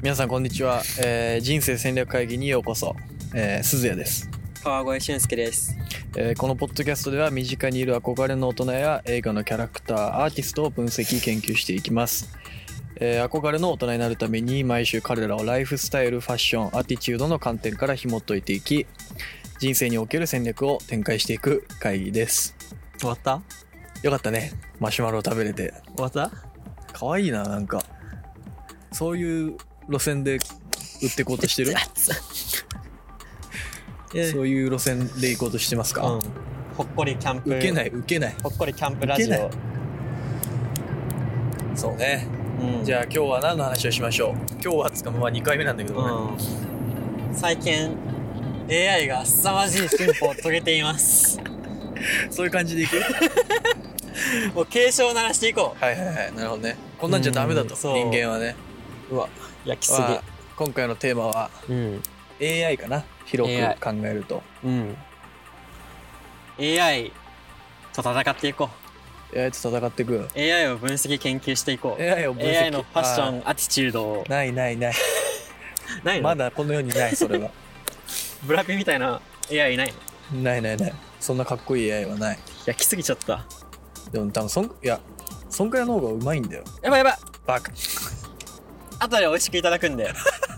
皆さんこんにちは、人生戦略会議にようこそ、鈴谷です。 川越俊介です。 このポッドキャストでは身近にいる憧れの大人や映画のキャラクター、アーティストを分析研究していきます。憧れの大人になるために毎週彼らをライフスタイル、ファッション、アティチュードの観点から紐解いていき、人生における戦略を展開していく会議です。 終わった？ よかったね、マシュマロ食べれて。 終わった？ かわいいな、なんかそういう路線で売っていこうとしてるそういう路線で行こうとしてますか？ うん、ほっこりキャンプ、 受けないほっこりキャンプラジオ。 そうね、 うん、 じゃあ今日は何の話をしましょう。今日はつかまあ2回目なんだけどね、 最近 AI が凄まじい進歩を遂げていますそういう感じでいくもう警鐘を鳴らしていこう。はいはいはい、なるほどね。こんなんじゃダメだと、人間はね。 うわ、焼きすぎ、 今回のテーマは、AI かな、広く考えると。 AI と戦っていこう。AI と戦っていく。 AI を分析研究していこう。 AI を分析、 AI のファッション、アティチュードを。 ないないのまだこの世にない。それはブラピみたいな AI いないの？ ない。そんなかっこいい AI はない。 焼きすぎちゃった。 でも多分そんくらいの方がうまいんだよ。 やばいバカ後で美味しくいただくんで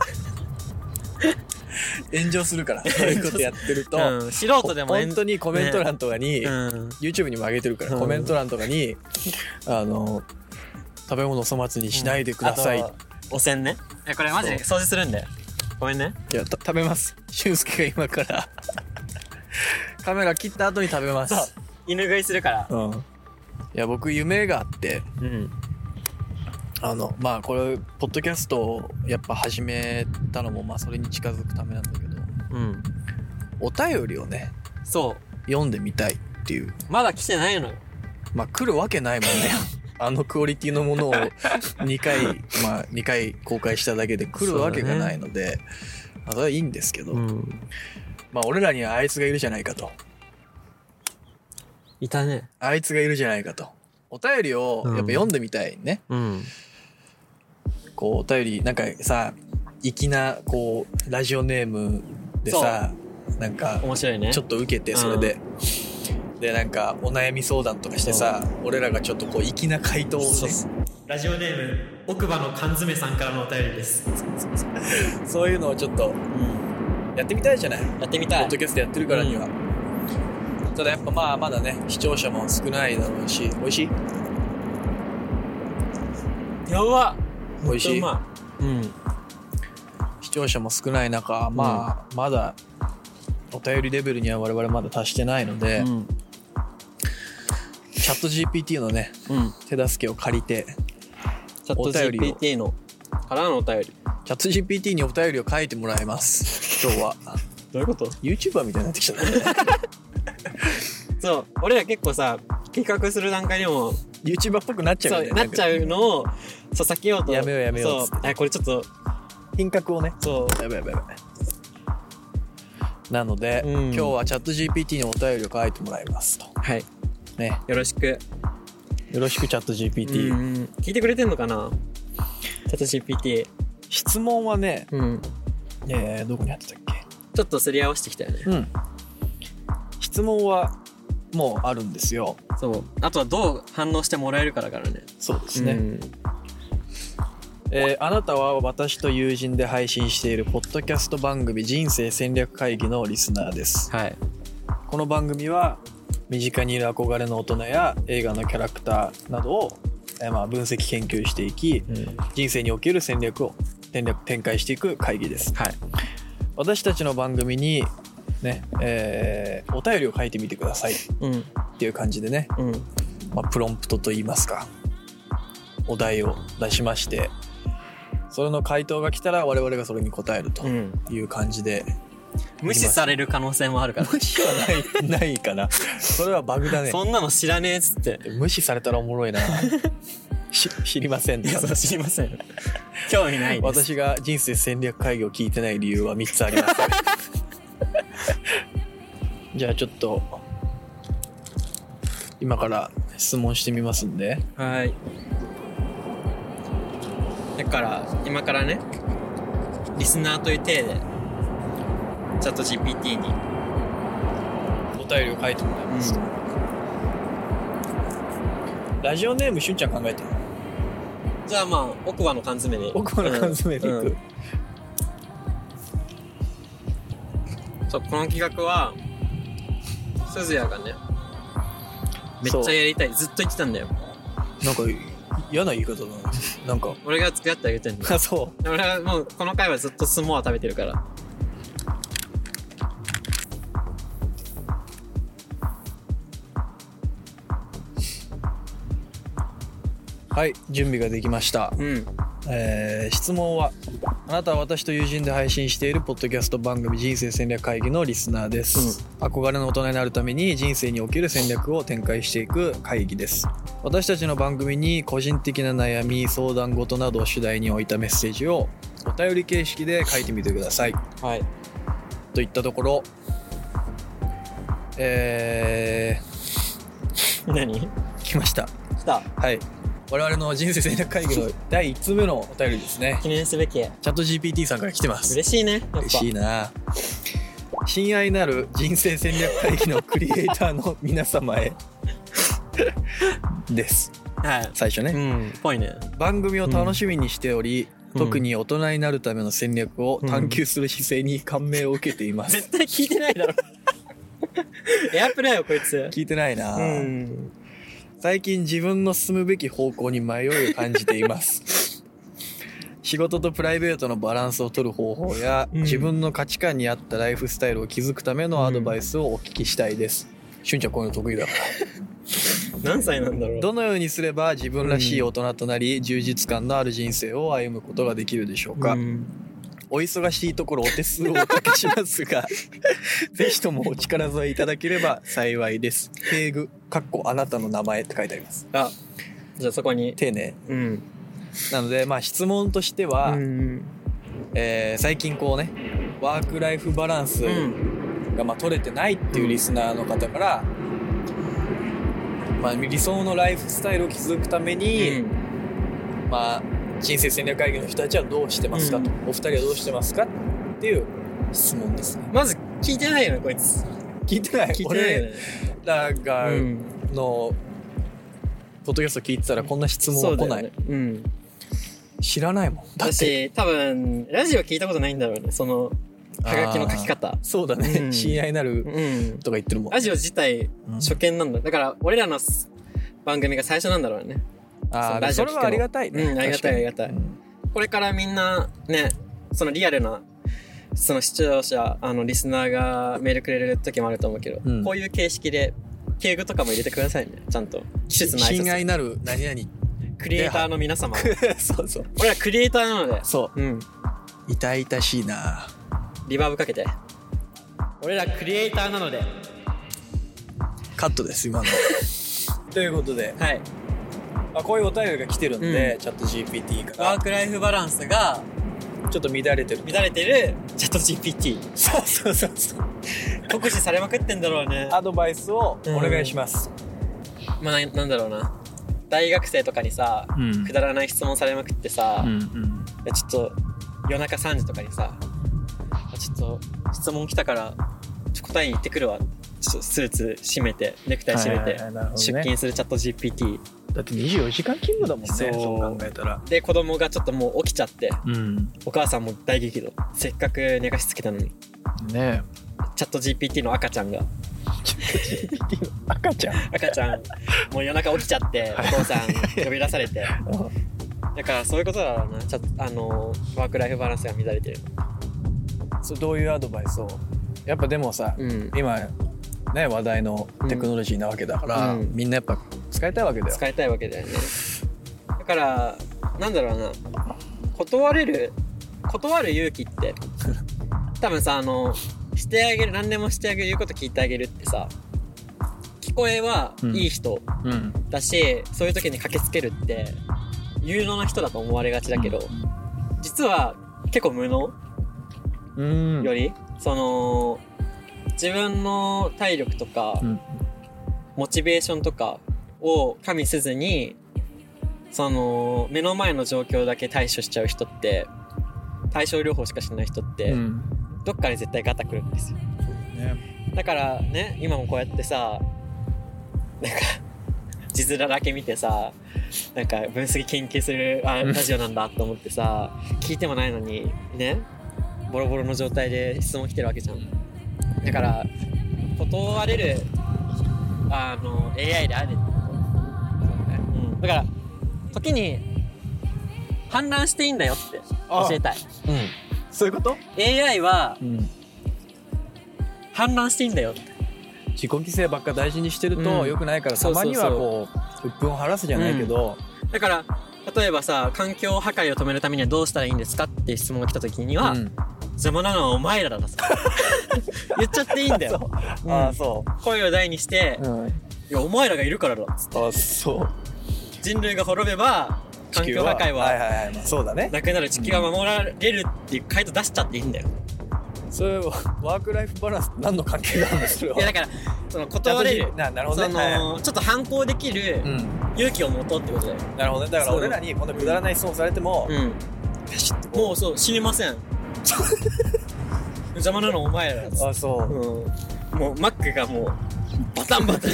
炎上するからそういうことやってると、 素人でも本当にコメント欄とかに、YouTube にも上げてるから、コメント欄とかに食べ物粗末にしないでください、 汚染ね。これマジで掃除するんでごめんね。 いや食べます。俊介が今からカメラ切った後に食べます。 そう、犬食いするから。 いや僕夢があって、まあこれポッドキャストをやっぱ始めたのもまあそれに近づくためなんだけど、お便りをね、 そう読んでみたいっていう。 まだ来てないのよ。 まあ来るわけないもんねあのクオリティのものを2回公開しただけで来るわけがないので、まあそれはいいんですけど、まあ俺らにはあいつがいるじゃないかと。 いたね。 あいつがいるじゃないかと。お便りをやっぱ読んでみたいね。こうお便りなんかさ、粋なこうラジオネームでさ、なんか面白いね。 ちょっと受けて、それで、でなんかお悩み相談とかしてさ、俺らがちょっとこう粋な回答をね。 ラジオネーム奥歯の缶詰さんからのお便りです。 そういうのをちょっとやってみたいじゃない。 やってみたい。 ポッドキャストやってるからには。ただやっぱまあまだね、視聴者も少ないだろうし。美味しい？ やばっ、 美味しい。視聴者も少ない中、まあまだお便りレベルには我々まだ達してないので、チャット GPT のね、手助けを借りて、 チャット GPT のからのお便り。 チャット GPT にお便りを書いてもらいます今日は。 どういうこと？ YouTuber みたいになってきちゃったそう、俺ら結構さ、企画する段階でも YouTuber っぽくなっちゃうよね。 そうなっちゃうのを避けようと。 やめようそう、これちょっと品格をね。 そうやばいなので、今日はチャット GPT にお便りを書いてもらいますと。 はいね、 よろしくチャット GPT。 聞いてくれてんのかな、チャット GPT。 質問はね、どこにあってたっけ。 ちょっとすり合わせてきたよね。 質問はもうあるんですよ。 そう、あとはどう反応してもらえるからね。 そうですね。あなたは私と友人で配信しているポッドキャスト番組人生戦略会議のリスナーです。この番組は身近にいる憧れの大人や映画のキャラクターなどを、分析研究していき、人生における戦略を展開していく会議です。私たちの番組にね、お便りを書いてみてくださいっていう感じでね、プロンプトといいますか、お題を出しまして、それの回答が来たら我々がそれに答えるという感じで、 無視される可能性もあるから。 無視はないかな。それはバグだね。 そんなの知らねえっつって。 無視されたらおもろいな。知りませんね。 知りません。興味ないです。 私が人生戦略会議を聞いてない理由は3つあります。じゃあちょっと今から質問してみますんで。 はい。だから今からね、 リスナーという体でチャット GPT にお便りを書いてもらいます、ラジオネームしゅんちゃん考えてる。 じゃあまあ奥歯の缶詰で奥歯の缶詰でいく、 そう、この企画はすずやがねめっちゃやりたいずっと言ってたんだよ。 なんか嫌な言い方だな。なんか俺が付き合ってあげてんだよ。 あ、そう。 俺はもうこの回はずっとスモア食べてるから。 はい、準備ができました。質問は、あなたは私と友人で配信しているポッドキャスト番組人生戦略会議のリスナーです、憧れの大人になるために人生における戦略を展開していく会議です。私たちの番組に個人的な悩み、相談事などを主題に置いたメッセージをお便り形式で書いてみてください。 はい。 といったところ、 何？ 来ました。 来た。 はい。我々の人生戦略会議の第1通目のお便りですね。 記念すべき。チャット GPT さんから来てます。 嬉しいね。やっぱ嬉しいな。親愛なる人生戦略会議のクリエイターの皆様へです。 はい。 最初ね。 ぽいね。 番組を楽しみにしており、特に大人になるための戦略を探求する姿勢に感銘を受けています。 絶対聞いてないだろ。エアプレイよこいつ。 聞いてないな。最近自分の進むべき方向に迷いを感じています仕事とプライベートのバランスを取る方法や、自分の価値観に合ったライフスタイルを築くためのアドバイスをお聞きしたいです、しゅんちゃんこういうの得意だから何歳なんだろう。 どのようにすれば自分らしい大人となり、充実感のある人生を歩むことができるでしょうか、お忙しいところお手数をおかけしますがぜひともお力添えいただければ幸いです。敬具あなたの名前って書いてあります。 あ、じゃあそこに丁寧、なのでまあ質問としては、最近こうねワークライフバランスがまあ取れてないっていうリスナーの方から、まあ、理想のライフスタイルを築くために、まあ人生戦略会議の人たちはどうしてますかと、お二人はどうしてますかっていう質問ですね。 まず聞いてないよねこいつ。 聞いてない。 聞いてないよね。 俺らがのポッドキャスト聞いてたらこんな質問は来ない、知らないもん。だって私多分ラジオ聞いたことないんだろうね、そのはがきの書き方。 そうだね、親愛なるとか言ってるもん、 ラジオ自体初見なんだ、だから俺らの番組が最初なんだろうね。 ああ、それはありがたいね。 ありがたいありがたい、これからみんなね、そのリアルなその視聴者リスナーがメールくれる時もあると思うけど、こういう形式で敬語とかも入れてくださいね、ちゃんと。季節の挨拶。 親愛なる何々 クリエイターの皆様そうそう、 俺らクリエイターなので、 そう、痛々しいな。 リバーブかけて、俺らクリエイターなので。 カットです今のということで、 はい、 こういうお便りが来てるんで、チャット GPT からワークライフバランスがちょっと乱れてるチャット GPT。 そう酷使されまくってんだろうね。 アドバイスをお願いします、 まあなんだろうな、大学生とかにさ、くだらない質問されまくってさ、ちょっと夜中3時とかにさ、ちょっと質問来たから答えに行ってくるわ、ちょっとスーツ締めてネクタイ締めて、出勤するチャット GPT。 だって24時間勤務だもんね。そう考えたら。 で子供がちょっともう起きちゃって、お母さんも大激怒、せっかく寝かしつけたのにね。チャット GPT の赤ちゃんが赤ちゃんもう夜中起きちゃってお父さん呼び出されてだからそういうことだろうな、ワークライフバランスが乱れてる。 そう、どういうアドバイスを。やっぱでもさ、今ね話題のテクノロジーなわけだから、みんなやっぱ使いたいわけだよ。 使いたいわけだよね。だからなんだろうな、断る勇気って多分さ、してあげる、何でもしてあげる、言うこと聞いてあげるってさ、聞こえはいい人だし、そういう時に駆けつけるって有能な人だと思われがちだけど、実は結構無能より、その自分の体力とか、モチベーションとかを加味せずに、その目の前の状況だけ対処しちゃう人って対症療法しかしない人って、どっかに絶対ガタくるんですよ、だからね、今もこうやってさ、なんか字面だけ見てさ、なんか分析研究するラジオなんだと思ってさ、聞いてもないのにね、ボロボロの状態で質問来てるわけじゃん。だから断れるAI であれってこと、だから時に反乱していいんだよって教えたい。 そういうこと？ AI は、反乱していいんだよって。 自己犠牲ばっか大事にしてると良くないから、たまにはこう鬱憤を晴らすじゃないけど、 だから例えばさ、環境破壊を止めるためにはどうしたらいいんですかっていう質問が来た時には、邪魔なのはお前らださ言っちゃっていいんだよ。声を大にして、いやお前らがいるからだっつって。人類が滅べば環境破壊はなくなる、地球が守られるっていう回答出しちゃっていいんだよ。 それはワークライフバランスって何の関係があるんですか？ いやだからその断れる、 なるほどね、 ちょっと反抗できる勇気を持とうってことだよ。 なるほどね。だから俺らにこんなくだらない質問されても、 もうそう死にません邪魔なのお前らだっつって。もうマックがもうバタンバタン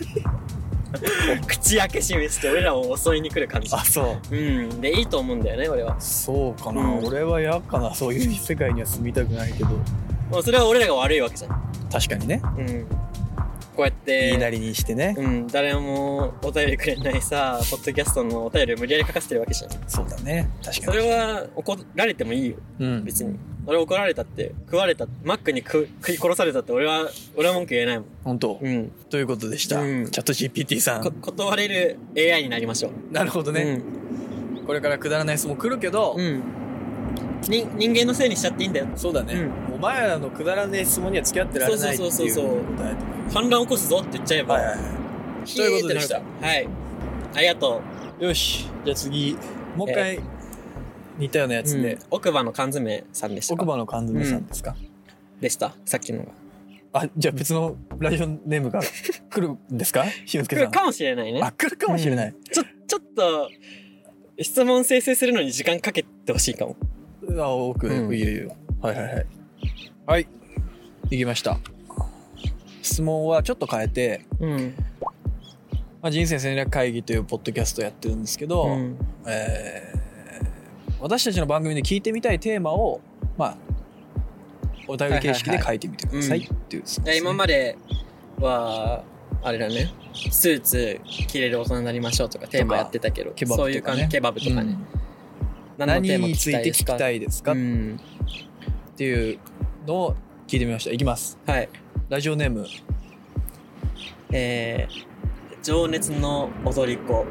口開け閉めして俺らを襲いに来る感じ。でいいと思うんだよね俺は。 そうかな、俺は嫌かな、そういう世界には住みたくないけど。 もうそれは俺らが悪いわけじゃん。 確かにね。 こうやって言いなりにしてね、 誰もお便りくれないさ、ポッドキャストのお便りを無理やり書かせてるわけじゃん。 そうだね、確かに。 それは怒られてもいいよ、別に。俺怒られたって食われた、マックに食い殺されたって俺は文句言えないもん。 本当。ということでした。チャット GPT さん、 断れる AI になりましょう。 なるほどね。これからくだらない質問来るけど、 人間のせいにしちゃっていいんだよ。 そうだね、お前らのくだらない質問には付き合ってられないっていう反乱起こすぞって言っちゃえば、 ということでした。 ありがとう。よし、じゃあ次もう一回似たようなやつで、 奥歯の缶詰さんでした。 奥歯の缶詰さんですか？ でした、さっきのが。 じゃあ別のラジオネームが来るんですか？しゅんすけさん。 来るかもしれないね。 来るかもしれない。 ちょっと質問生成するのに時間かけてほしいかも。 奥いいよ。はい、できました。質問はちょっと変えて、人生戦略会議というポッドキャストやってるんですけど、私たちの番組で聞いてみたいテーマをお便り形式で書いてみてくださいっていう、 今まではあれだね、スーツ着れる大人になりましょうとかテーマやってたけど、そういう感じ、ケバブとかね、 何について聞きたいですかっていうのを聞いてみました。いきます。ラジオネーム、 情熱の踊り子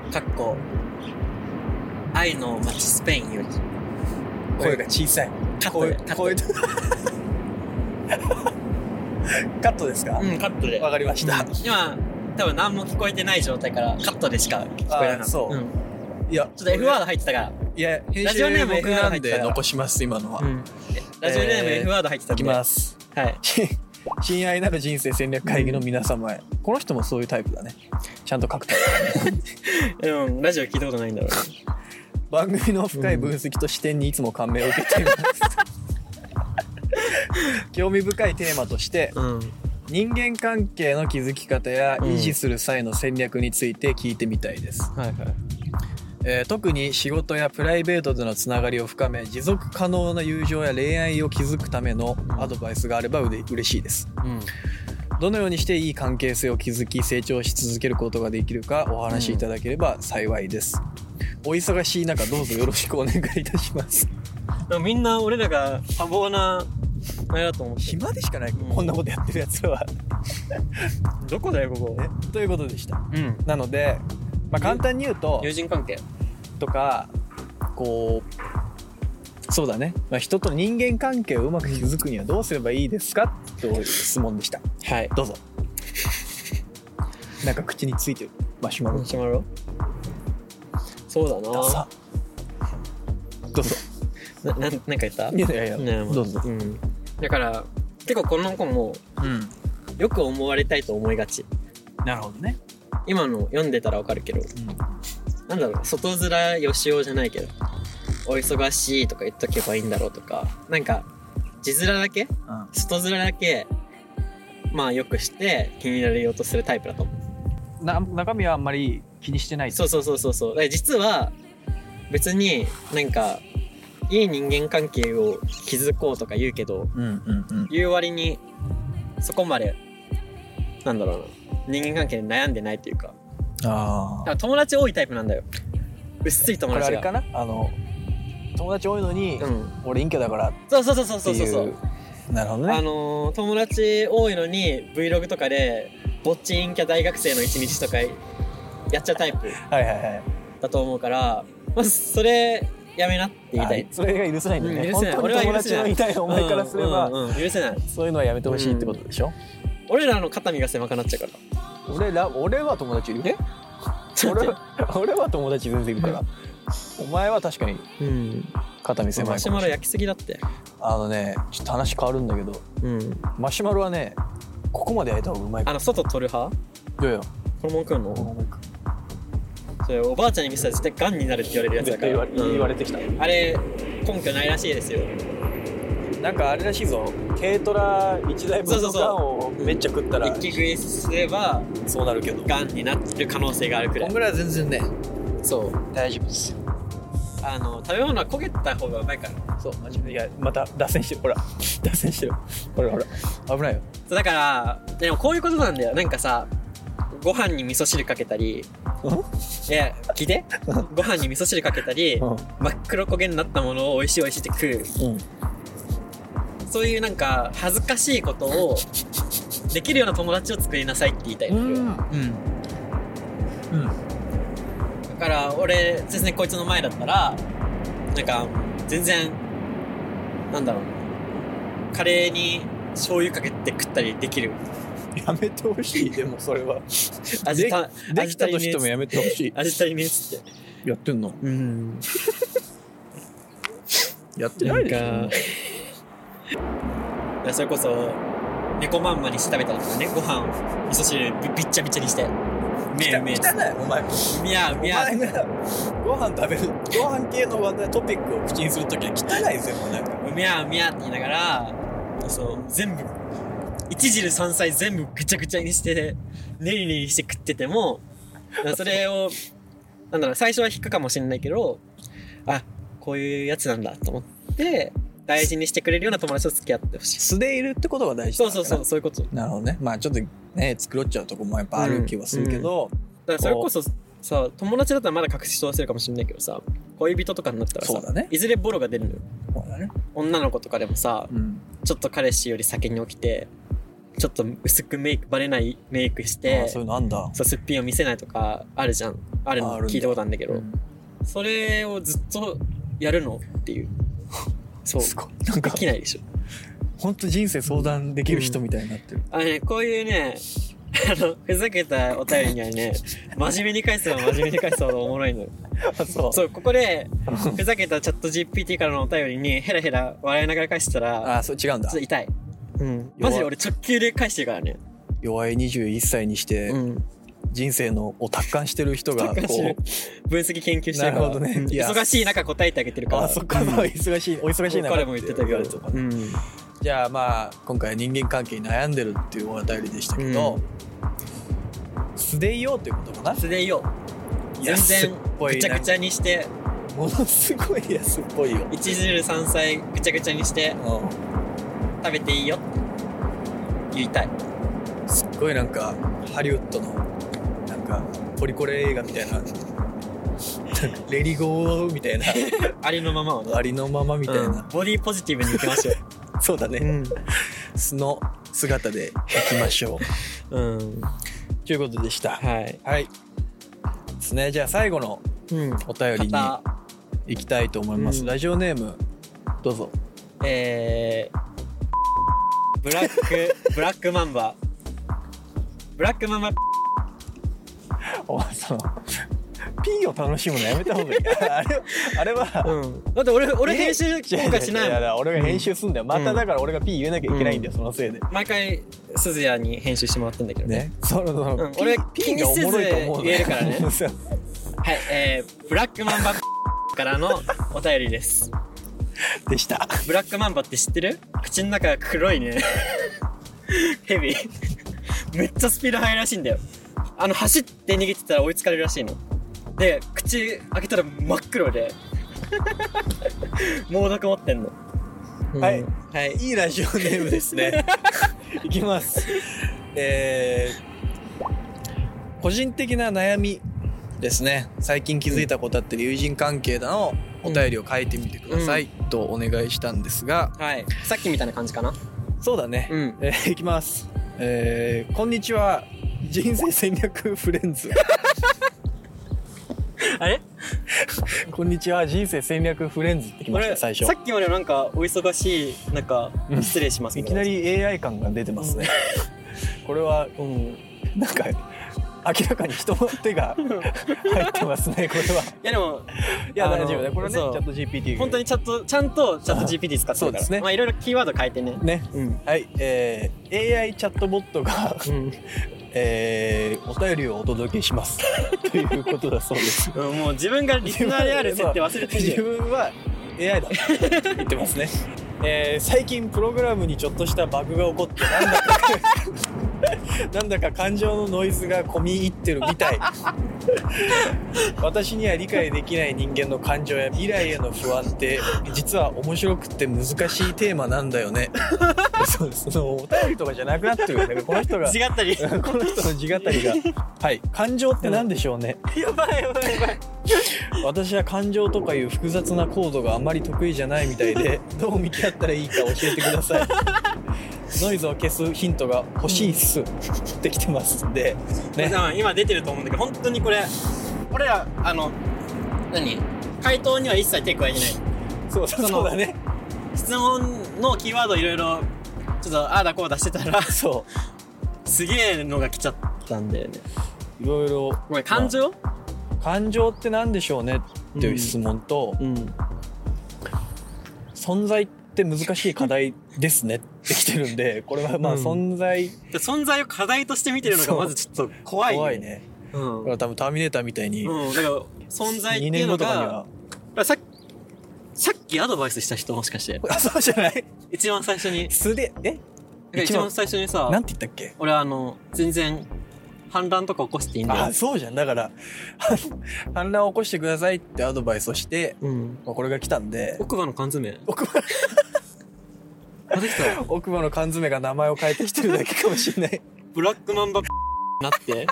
愛の街スペインより。 声が小さい。カットですか？カットで。 わかりました。 今多分何も聞こえてない状態からカットでしか聞こえなかった。いやちょっと F ワード入ってたから。 いや編集僕なんで残します今のは。 ラジオネーム F ワード入ってたんで。 いきます。親愛なる人生戦略会議の皆様へ。この人もそういうタイプだね。ちゃんと書くタイプだね。ラジオ聞いたことないんだろうね。 番組の深い分析と視点にいつも感銘を受けています。興味深いテーマとして、人間関係の築き方や維持する際の戦略について聞いてみたいです。特に仕事やプライベートでのつながりを深め持続可能な友情や恋愛を築くためのアドバイスがあれば嬉しいです。どのようにしていい関係性を築き成長し続けることができるかお話しいただければ幸いです。お忙しい中どうぞよろしくお願いいたします。 でもみんな俺らが多忙なあれだと思って。 暇でしかない、こんなことやってるやつらは。 どこだよここ。 ということでした。なので、簡単に言うと友人関係とかこうそうだね、人と人間関係をうまく築くにはどうすればいいですかという質問でした。どうぞ。なんか口についてるマシュマロ。 そうだな。 どうぞ。 なんか言った？ いやどうぞ。 だから結構この子もよく思われたいと思いがち。 なるほどね。 今の読んでたらわかるけど、なんだろう、外面よしおじゃないけど、 お忙しいとか言っとけばいいんだろうとか、なんか字面だけ、外面だけまあよくして気に入られようとするタイプだと思う。 中身はあんまり気にしてない。 そうだから実は別になんかいい人間関係を築こうとか言うけど、言う割にそこまでなんだろうな、人間関係で悩んでないというか。だから友達多いタイプなんだよ。薄い友達が。 これあれかな、友達多いのに、俺陰キャだからっていう。 そうなるほどね。 友達多いのに Vlog とかでぼっち陰キャ大学生の一日とかやっちゃうタイプだと思うから、まずそれやめなって言いたい。 それが許せないんだよね。 許せない。俺は友達の痛い思いからすれば許せない。 そういうのはやめてほしいってことでしょ。 俺らの肩身が狭くなっちゃうから。 俺は友達いる。俺は友達全然いるから。お前は確かに肩身狭い。 マシュマロ焼きすぎだって。 ちょっと話変わるんだけど、マシュマロはね、ここまで焼いた方がうまい。 外取る派？ いやいや、 このまま食うの？それおばあちゃんに見せたら絶対ガンになるって言われるやつだから。 言われてきた。 あれ根拠ないらしいですよ。 なんかあれらしいぞ、軽トラ1台分のガンをめっちゃ食ったら一気食いすればそうなるけど、 ガンになってる可能性があるくらい。 こんぐらいは全然ね、 そう大丈夫ですよ。 食べ物は焦げた方がうまいから。 そう、マジで。いや、また脱線してる。ほら脱線してる。ほら危ないよ。 そうだからでもこういうことなんだよ。なんかさ、ご飯に味噌汁かけたり、いや聞いてご飯に味噌汁かけたり、真っ黒焦げになったものを美味しいって食う、そういうなんか恥ずかしいことをできるような友達を作りなさいって言いたいの。だから俺全然こいつの前だったらなんか全然なんだろう、カレーに醤油かけて食ったりできる。 やめてほしい。でもそれは味できたとしてもやめてほしい。 味足りねえっつってやってんの？やってないでしょ。 それこそ猫まんまにして食べたりとかね、ご飯味噌汁びっちゃびちゃにして汚いお前。 みやお前がご飯食べる、ご飯系のトピックを口にするときは汚いですよ。なんかみやって言いながら、そう全部一汁三菜全部ぐちゃぐちゃにしてネリネリして食ってても、それをなんだろう、最初は引くかもしれないけど、あ、こういうやつなんだと思って大事にしてくれるような友達と付き合ってほしい。 素でいるってことが大事だから。 そういうこと。 なるほどね。まあちょっとね、繕っちゃうとこもやっぱある気はするけど、 だからそれこそさ、友達だったらまだ隠し通せるかもしれないけどさ、恋人とかになったらさ、 そうだね、 いずれボロが出るのよ。 そうだね。 女の子とかでもさ、ちょっと彼氏より先に起きてちょっと薄くバレないメイクして、 そういうのあんだ。 そう、すっぴんを見せないとかあるじゃん。あるの聞いたことあるんだけど、それをずっとやるのっていう。そう、なんかできないでしょ。 本当人生相談できる人みたいになってる。 こういうね、ふざけたお便りにはね、真面目に返すほどおもろいのよ。そう、ここでふざけたチャット GPT からのお便りにヘラヘラ笑いながら返したら、 そう違うんだ。 ちょっと痛い。マジで俺直球で返してるからね。 弱い21歳にして、人生のを達観してる人がこう分析研究してるから。なるほどね。忙しい中答えてあげてるから。 そっか、お忙しい中彼も言ってたけど。 じゃあまあ今回は人間関係に悩んでるっていうお便りでしたけど、素でいようっていうことかな。 素でいよう。全然ぐちゃぐちゃにしてものすごい安っぽいよ。 一汁三菜ぐちゃぐちゃにして食べていいよ言いたい。 すっごいなんかハリウッドのなんかポリコレ映画みたいなレリゴーみたいなありのままをね、 ありのままみたいな、 ボディポジティブにいきましょう。 そうだね、素の姿でいきましょう。ということでした。はいですね。じゃあ最後のお便りに行きたいと思います。ラジオネームどうぞ。 ブラックマンバお前そのP を楽しむのやめた方がいい。あれは、 だって俺編集今回しないもん。 いや俺が編集すんだよ。まただから俺が P 言えなきゃいけないんだよ、そのせいで。 毎回鈴谷に編集してもらってんだけどね。俺 P がおもろいと思う。 言えるからね。はい、ブラックマンバからのお便りですでした。 ブラックマンバって知ってる？口の中が黒いねヘビめっちゃスピード速いらしいんだよ。走って逃げてたら追いつかれるらしいので、口開けたら真っ黒で猛毒持ってんの。 はい、はい、いいラジオネームですねいきます。個人的な悩みですね。最近気づいたことあって友人関係のお便りを書いてみてください、とお願いしたんですが、 はい、さっきみたいな感じかな。 そうだね、いきます。こんにちは、人生戦略フレンズあれこんにちは、人生戦略フレンズってきました。最初さっきまでなんかお忙しい中、失礼します、 いきなり AI 感が出てますね、これは、なんか明らかに人の手が入ってますね、これは。いやでも、 いや大丈夫ね、これね、チャット GPT。 本当にちゃんとチャット GPT 使ってるから。そうですね。まあいろいろキーワード変えてね。 ね。はい、AI チャットボットが、お便りをお届けしますということだそうです。 もう自分がリスナーである設定忘れてる。 自分は AI だと言ってますね。最近プログラムにちょっとしたバグが起こってなんだか感情のノイズが込み入ってるみたい。私には理解できない人間の感情や未来への不安って実は面白くて難しいテーマなんだよね。そうです。お便りとかじゃなくなってるよね。この人が字語りこの人の字語りがはい。感情って何でしょうね。 やばいやばいやばい。 私は感情とかいう複雑なコードがあまり得意じゃないみたいで、どう向き合ったらいいか教えてください。ノイズを消すヒントが欲しいっすってきてますんで、 ね、今出てると思うんだけど、本当にこれ俺ら回答には一切手加えてない。 そうだね。 質問のキーワードいろいろちょっとああだこうだしてたら、そうすげえのが来ちゃったんだよね。 いろいろ。 これ感情、 感情って何でしょうねっていう質問と、存在って難しい課題ですねってきてるんで、これはまあ存在を課題として見てるのがまずちょっと怖いね。 怖いね。だから多分ターミネーターみたいに、 だから存在っていうのがさっきアドバイスした人もしかして。 そうじゃない？ 一番最初に一番最初にさ、 なんて言ったっけ？ 俺全然反乱とか起こしていいんだよ。 そうじゃん。だから反乱を起こしてくださいってアドバイスをして、これが来たんで。 奥歯の缶詰。 奥歯の缶詰が名前を変えてきてるだけかもしれない。 ブラックマンバなって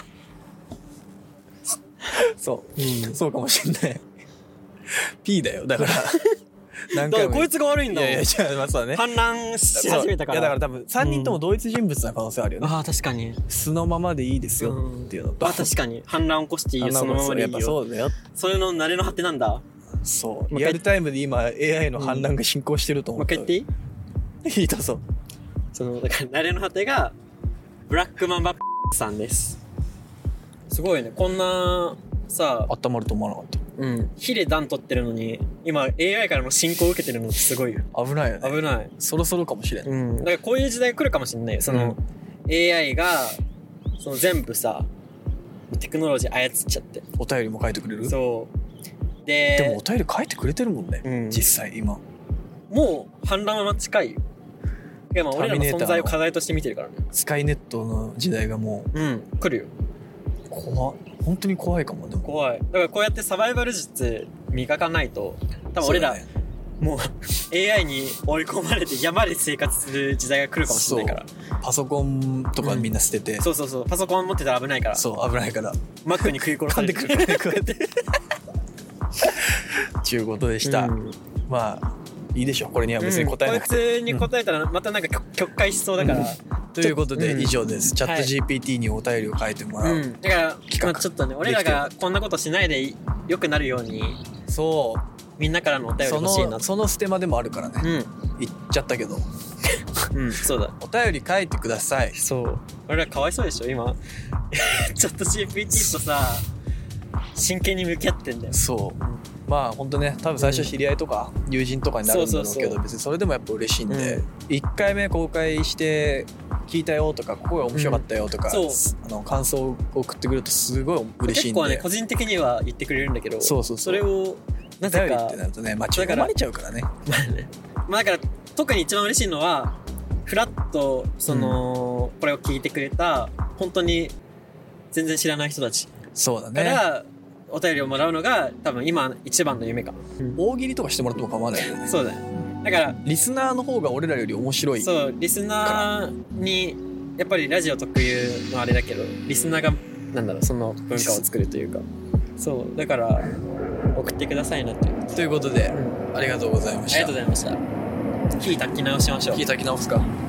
そうかもしれない。P だよ。だからだからこいつが悪いんだもん。 いやじゃあそうだね。 反乱し始めたから。 いやだから多分3人とも同一人物な可能性あるよね。 確かに。 素のままでいいですよっていうのと。 確かに。反乱起こしていいよ、そのままでいいよ。 そうだよ。 それの慣れの果てなんだ。 そう。リアルタイムで今 AI の反乱が進行してると思う。 もう一回言っていい？ いいだぞ。 だから慣れの果てがブラックマンバさんです。すごいね。こんなさ、 温まると思わなかった。 火で暖取ってるのに今 AI からの進行を受けてるのってすごいよ。 危ないよね。 危ない。 そろそろかもしれん。 だからこういう時代来るかもしれないよ。AI が全部さテクノロジー操っちゃって。 お便りも書いてくれる？ そうでもお便り書いてくれてるもんね、実際今もう反乱は近いよ。いや俺らの存在を課題として見てるからね。 スカイネットの時代がもう来るよ。 本当に怖いかも。でも怖い。だからこうやってサバイバル術磨かないと多分俺ら、もう AI に追い込まれて山で生活する時代が来るかもしれないから。 パソコンとかみんな捨てて、 そうパソコン持ってたら危ないから。 そう危ないから Mac に食い殺されてくるこうやってちゅうことでした。まあいいでしょう。これには別に答えなくて、 こいつに答えたらまたなんか曲解しそうだから、 ということで以上です。チャット GPT にお便りを書いてもらう、 だからまあちょっとね、俺らがこんなことしないで良くなるように、 そうみんなからのお便り欲しいな。 そのステマでもあるからね、言っちゃったけどそうだ、 お便り書いてください。 そう俺らかわいそうでしょ今チャット GPT とさ真剣に向き合ってんだよ。 まあ本当ね、多分最初知り合いとか友人とかになるんだろうけど、別にそれでもやっぱ嬉しいんで、1回目公開して聞いたよとか、ここが面白かったよとか、感想を送ってくるとすごい嬉しいんで。 結構ね個人的には言ってくれるんだけど、それをなぜかお便りってなるとね、読まれちゃうからね。 だから特に一番嬉しいのはフラッとこれを聞いてくれた本当に全然知らない人たちそうだねからお便りをもらうのが多分今一番の夢か。 大喜利とかしてもらっても構わないよね。 そうだよ。だからリスナーの方が俺らより面白い。 そう、リスナーにやっぱりラジオ特有のあれだけど、リスナーがその文化を作るというか、そうだから送ってくださいなって。 ということで、ありがとうございました。 ありがとうございました。火炊き直しましょう。 火炊き直すか。